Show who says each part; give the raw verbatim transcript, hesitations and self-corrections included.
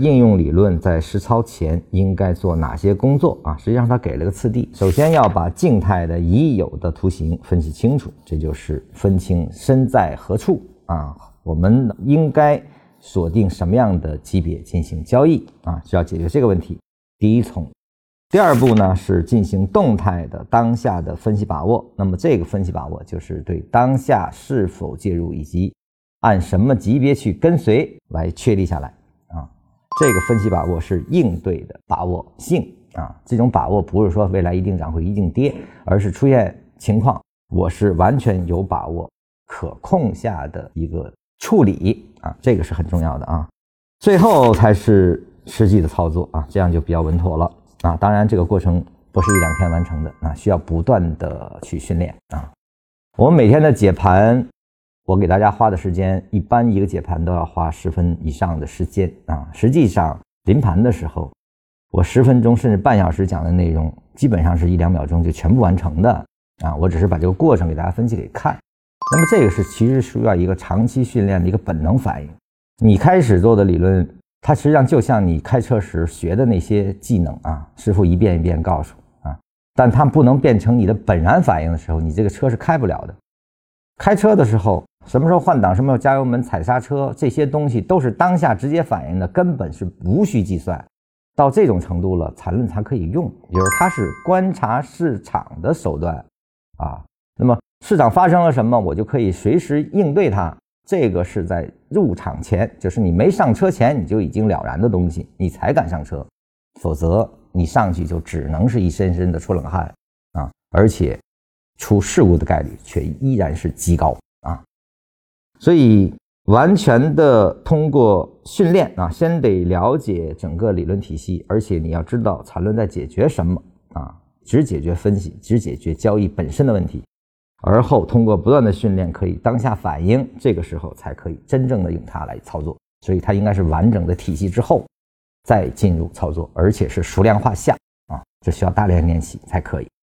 Speaker 1: 应用理论在实操前应该做哪些工作啊？实际上它给了个次第，首先要把静态的已有的图形分析清楚，这就是分清身在何处啊，我们应该锁定什么样的级别进行交易啊，需要解决这个问题。第一重。第二步呢是进行动态的当下的分析把握，那么这个分析把握就是对当下是否介入以及按什么级别去跟随来确立下来啊。这个分析把握是应对的把握性啊，这种把握不是说未来一定涨会一定跌，而是出现情况我是完全有把握可控下的一个处理啊，这个是很重要的啊。最后才是实际的操作啊，这样就比较稳妥了啊。当然这个过程不是一两天完成的啊，需要不断的去训练啊。我们每天的解盘，我给大家花的时间，一般一个解盘都要花十分以上的时间啊。实际上临盘的时候，我十分钟甚至半小时讲的内容，基本上是一两秒钟就全部完成的啊。我只是把这个过程给大家分析给看。那么这个是其实需要一个长期训练的一个本能反应。你开始做的理论，它实际上就像你开车时学的那些技能啊，师傅一遍一遍告诉啊，但它不能变成你的本然反应的时候，你这个车是开不了的。开车的时候，什么时候换挡，什么时候加油门、踩刹车，这些东西都是当下直接反应的，根本是无需计算。到这种程度了，缠论才可以用，也就是它是观察市场的手段啊。那么市场发生了什么，我就可以随时应对它。这个是在入场前，就是你没上车前你就已经了然的东西，你才敢上车，否则你上去就只能是一身身的出冷汗啊，而且出事故的概率却依然是极高啊。所以完全的通过训练啊，先得了解整个理论体系，而且你要知道缠论在解决什么啊，只解决分析，只解决交易本身的问题。而后通过不断的训练可以当下反应，这个时候才可以真正的用它来操作。所以它应该是完整的体系之后再进入操作，而且是数量化下啊，这需要大量练习才可以。